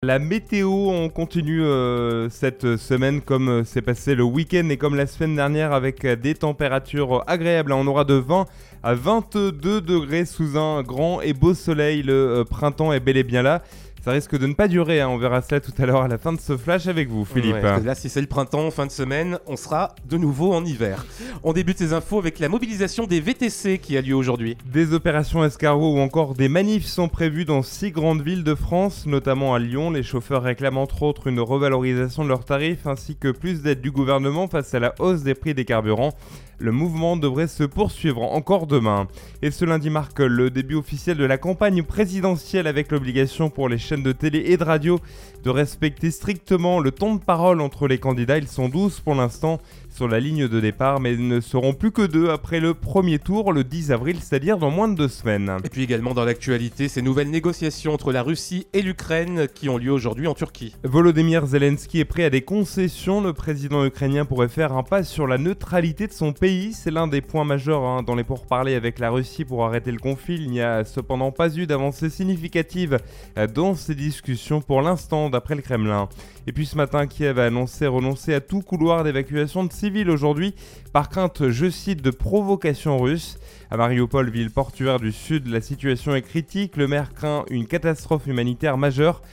La météo, on continue cette semaine comme c'est passé le week-end et comme la semaine dernière avec des températures agréables. On aura de 20 à 22 degrés sous un grand et beau soleil. Le printemps est bel et bien là. Ça risque de ne pas durer, on verra cela tout à l'heure à la fin de ce flash avec vous, Philippe. Ouais, parce que là, si c'est le printemps, fin de semaine, on sera de nouveau en hiver. On débute ces infos avec la mobilisation des VTC qui a lieu aujourd'hui. Des opérations escargots ou encore des manifs sont prévus dans 6 grandes villes de France, notamment à Lyon. Les chauffeurs réclament entre autres une revalorisation de leurs tarifs ainsi que plus d'aide du gouvernement face à la hausse des prix des carburants. Le mouvement devrait se poursuivre encore demain. Et ce lundi marque le début officiel de la campagne présidentielle avec l'obligation pour les chaînes de télé et de radio de respecter strictement le temps de parole entre les candidats. Ils sont 12 pour l'instant sur la ligne de départ, mais ils ne seront plus que 2 après le premier tour le 10 avril, c'est-à-dire dans moins de 2 semaines. Et puis également dans l'actualité, ces nouvelles négociations entre la Russie et l'Ukraine qui ont lieu aujourd'hui en Turquie. Volodymyr Zelensky est prêt à des concessions. Le président ukrainien pourrait faire un pas sur la neutralité de son pays. C'est l'un des points majeurs dans les pourparlers avec la Russie pour arrêter le conflit. Il n'y a cependant pas eu d'avancée significative dans ces discussions pour l'instant, d'après le Kremlin. Et puis ce matin, Kiev a annoncé renoncer à tout couloir d'évacuation de civils aujourd'hui, par crainte, je cite, de provocation russe. À Mariupol, ville portuaire du sud, la situation est critique. Le maire craint une catastrophe humanitaire majeure.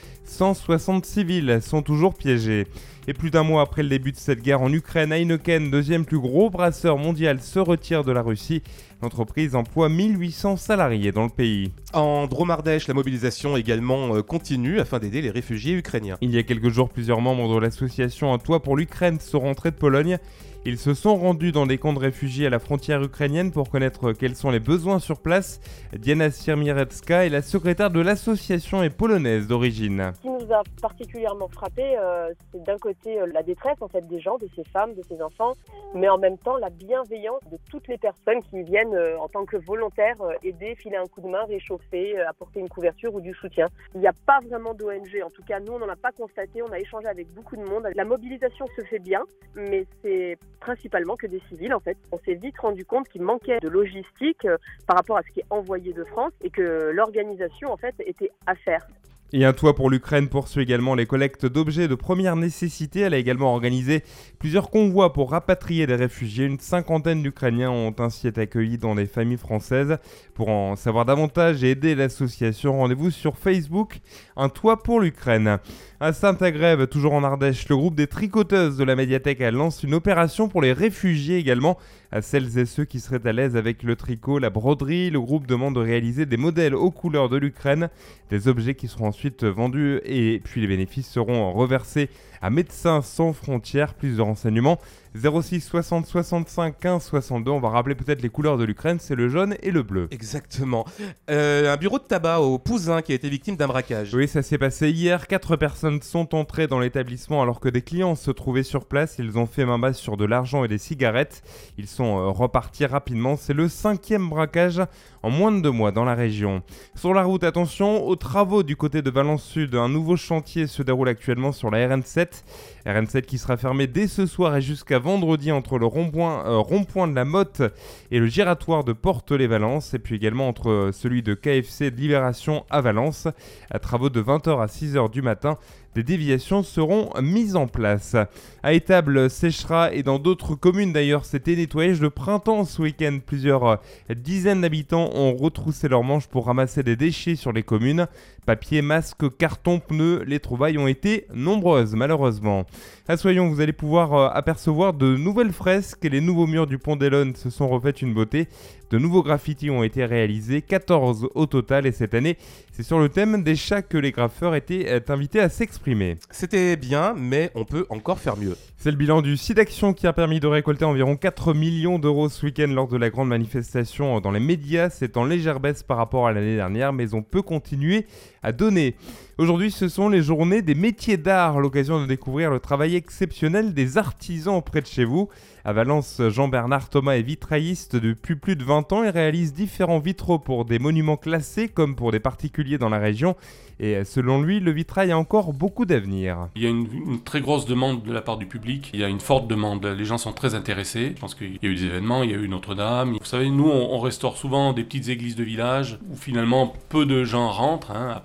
160 civils sont toujours piégés. Et plus d'un mois après le début de cette guerre en Ukraine, Heineken, deuxième plus gros brasseur mondial, se retire de la Russie. L'entreprise emploie 1800 salariés dans le pays. En Dromardèche, la mobilisation également continue afin d'aider les réfugiés ukrainiens. Il y a quelques jours, plusieurs membres de l'association Un Toit pour l'Ukraine sont rentrés de Pologne. Ils se sont rendus dans des camps de réfugiés à la frontière ukrainienne pour connaître quels sont les besoins sur place. Diana Siermirecka est la secrétaire de l'association et polonaise d'origine. Ce qui nous a particulièrement frappé, c'est d'un côté la détresse en fait des gens, de ces femmes, de ces enfants, mais en même temps la bienveillance de toutes les personnes qui viennent en tant que volontaires aider, filer un coup de main, réchauffer, apporter une couverture ou du soutien. Il n'y a pas vraiment d'ONG, en tout cas nous on n'en a pas constaté, on a échangé avec beaucoup de monde. La mobilisation se fait bien, mais c'est principalement que des civils en fait. On s'est vite rendu compte qu'il manquait de logistique par rapport à ce qui est envoyé de France et que l'organisation en fait était à faire. Et Un Toit pour l'Ukraine poursuit également les collectes d'objets de première nécessité. Elle a également organisé plusieurs convois pour rapatrier des réfugiés. Une cinquantaine d'Ukrainiens ont ainsi été accueillis dans des familles françaises. Pour en savoir davantage et aider l'association, rendez-vous sur Facebook, Un Toit pour l'Ukraine. À Saint-Agrève, toujours en Ardèche, le groupe des tricoteuses de la médiathèque lance une opération pour les réfugiés également. À celles et ceux qui seraient à l'aise avec le tricot, la broderie, le groupe demande de réaliser des modèles aux couleurs de l'Ukraine, des objets qui seront ensuite vendus et puis les bénéfices seront reversés à Médecins sans frontières. Plus de renseignements 06 60 65 15 62. On va rappeler peut-être les couleurs de l'Ukraine, c'est le jaune et le bleu. Exactement. Un bureau de tabac au Pouzin qui a été victime d'un braquage. Oui, ça s'est passé hier. 4 personnes sont entrées dans l'établissement alors que des clients se trouvaient sur place. Ils ont fait main basse sur de l'argent et des cigarettes. Ils sont repartis rapidement. C'est le 5e braquage en moins de 2 mois dans la région. Sur la route, attention aux travaux du côté de Valence Sud. Un nouveau chantier se déroule actuellement sur la RN7. RN7 qui sera fermée dès ce soir et jusqu'à vendredi entre le rond-point de la Motte et le giratoire de Porte-les-Valences, et puis également entre celui de KFC de Libération à Valence. À travaux de 20h à 6h du matin. Des déviations seront mises en place. À Étable, Sécherat et dans d'autres communes d'ailleurs, c'était nettoyage de printemps ce week-end. Plusieurs dizaines d'habitants ont retroussé leurs manches pour ramasser des déchets sur les communes. Papier, masques, cartons, pneus, les trouvailles ont été nombreuses malheureusement. À Soyons, vous allez pouvoir apercevoir de nouvelles fresques et les nouveaux murs du pont d'Elonne se sont refaits une beauté. De nouveaux graffitis ont été réalisés, 14 au total, et cette année, c'est sur le thème des chats que les graffeurs étaient invités à s'exprimer. C'était bien, mais on peut encore faire mieux. C'est le bilan du SIDAction qui a permis de récolter environ 4 millions d'euros ce week-end lors de la grande manifestation dans les médias. C'est en légère baisse par rapport à l'année dernière, mais on peut continuer à donner. Aujourd'hui, ce sont les journées des métiers d'art, l'occasion de découvrir le travail exceptionnel des artisans près de chez vous. À Valence, Jean-Bernard Thomas est vitrailliste depuis plus de 20 ans et réalise différents vitraux pour des monuments classés comme pour des particuliers dans la région. Et selon lui, le vitrail a encore beaucoup d'avenir. Il y a une très grosse demande de la part du public, il y a une forte demande, les gens sont très intéressés. Je pense qu'il y a eu des événements, il y a eu Notre-Dame. Vous savez, nous on restaure souvent des petites églises de village où finalement peu de gens rentrent, à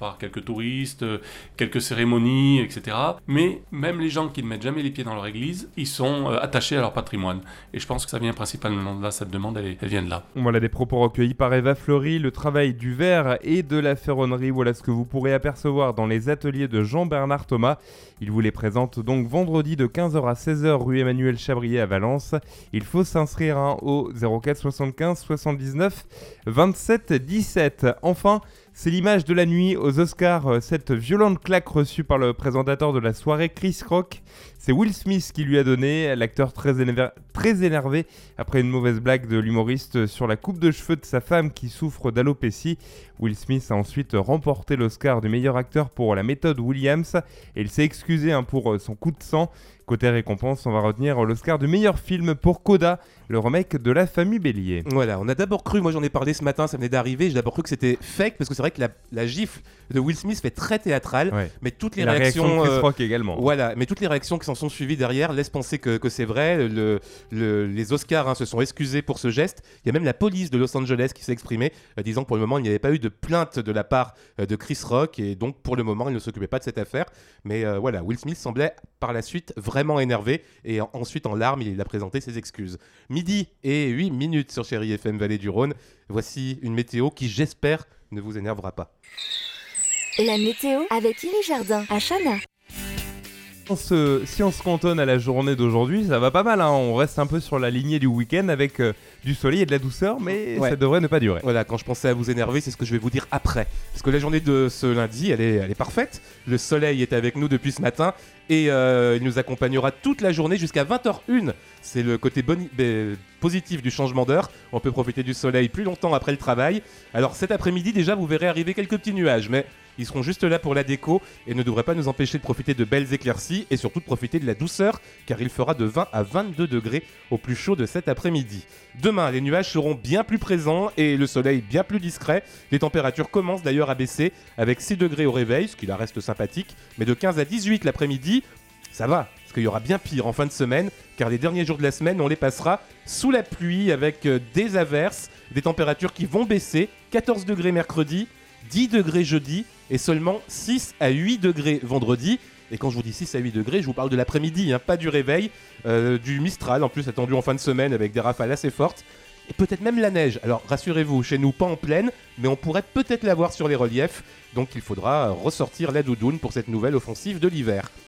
par quelques touristes, quelques cérémonies, etc. Mais même les gens qui ne mettent jamais les pieds dans leur église, ils sont attachés à leur patrimoine. Et je pense que ça vient principalement de là, cette demande, elle vient de là. Voilà des propos recueillis par Eva Fleury, le travail du verre et de la ferronnerie. Voilà ce que vous pourrez apercevoir dans les ateliers de Jean-Bernard Thomas. Il vous les présente donc vendredi de 15h à 16h rue Emmanuel Chabrier à Valence. Il faut s'inscrire au 04 75 79 27 17. Enfin, c'est l'image de la nuit aux Oscars, cette violente claque reçue par le présentateur de la soirée, Chris Rock. C'est Will Smith qui lui a donné, l'acteur très énervé après une mauvaise blague de l'humoriste sur la coupe de cheveux de sa femme qui souffre d'alopécie. Will Smith a ensuite remporté l'Oscar du meilleur acteur pour La méthode Williams et il s'est excusé pour son coup de sang. Côté récompense, on va retenir l'Oscar du meilleur film pour Coda, le remake de La Famille Bélier. Voilà, on a d'abord cru, moi j'en ai parlé ce matin, ça venait d'arriver, j'ai d'abord cru que c'était fake parce que c'est vrai que la gifle de Will Smith fait très théâtrale, ouais. Mais toutes les la réaction de Chris Rock également. Voilà, mais toutes les réactions qui s'en sont suivies derrière laissent penser que c'est vrai. Les Oscars se sont excusés pour ce geste. Il y a même la police de Los Angeles qui s'est exprimée, disant que pour le moment il n'y avait pas eu de plainte de la part de Chris Rock et donc pour le moment il ne s'occupait pas de cette affaire. Mais voilà, Will Smith semblait par la suite vraiment énervé et ensuite en larmes il a présenté ses excuses. Midi et 8 minutes sur Chérie FM Vallée du Rhône. Voici une météo qui j'espère ne vous énervera pas. La météo avec Iri Jardin à Chana. Si on se cantonne à la journée d'aujourd'hui, ça va pas mal, hein. On reste un peu sur la lignée du week-end avec du soleil et de la douceur, mais ouais. Ça devrait ne pas durer. Voilà, quand je pensais à vous énerver, c'est ce que je vais vous dire après. Parce que la journée de ce lundi, elle est parfaite. Le soleil est avec nous depuis ce matin et il nous accompagnera toute la journée jusqu'à 20h01. C'est le côté positif du changement d'heure. On peut profiter du soleil plus longtemps après le travail. Alors cet après-midi, déjà, vous verrez arriver quelques petits nuages, mais ils seront juste là pour la déco et ne devraient pas nous empêcher de profiter de belles éclaircies et surtout de profiter de la douceur car il fera de 20 à 22 degrés au plus chaud de cet après-midi. Demain, les nuages seront bien plus présents et le soleil bien plus discret. Les températures commencent d'ailleurs à baisser avec 6 degrés au réveil, ce qui la reste sympathique, mais de 15 à 18 l'après-midi, ça va, parce qu'il y aura bien pire en fin de semaine, car les derniers jours de la semaine, on les passera sous la pluie avec des averses, des températures qui vont baisser, 14 degrés mercredi, 10 degrés jeudi et seulement 6 à 8 degrés vendredi. Et quand je vous dis 6 à 8 degrés, je vous parle de l'après-midi, pas du réveil, du Mistral en plus attendu en fin de semaine avec des rafales assez fortes. Et peut-être même la neige. Alors rassurez-vous, chez nous pas en plaine, mais on pourrait peut-être la voir sur les reliefs. Donc il faudra ressortir la doudoune pour cette nouvelle offensive de l'hiver.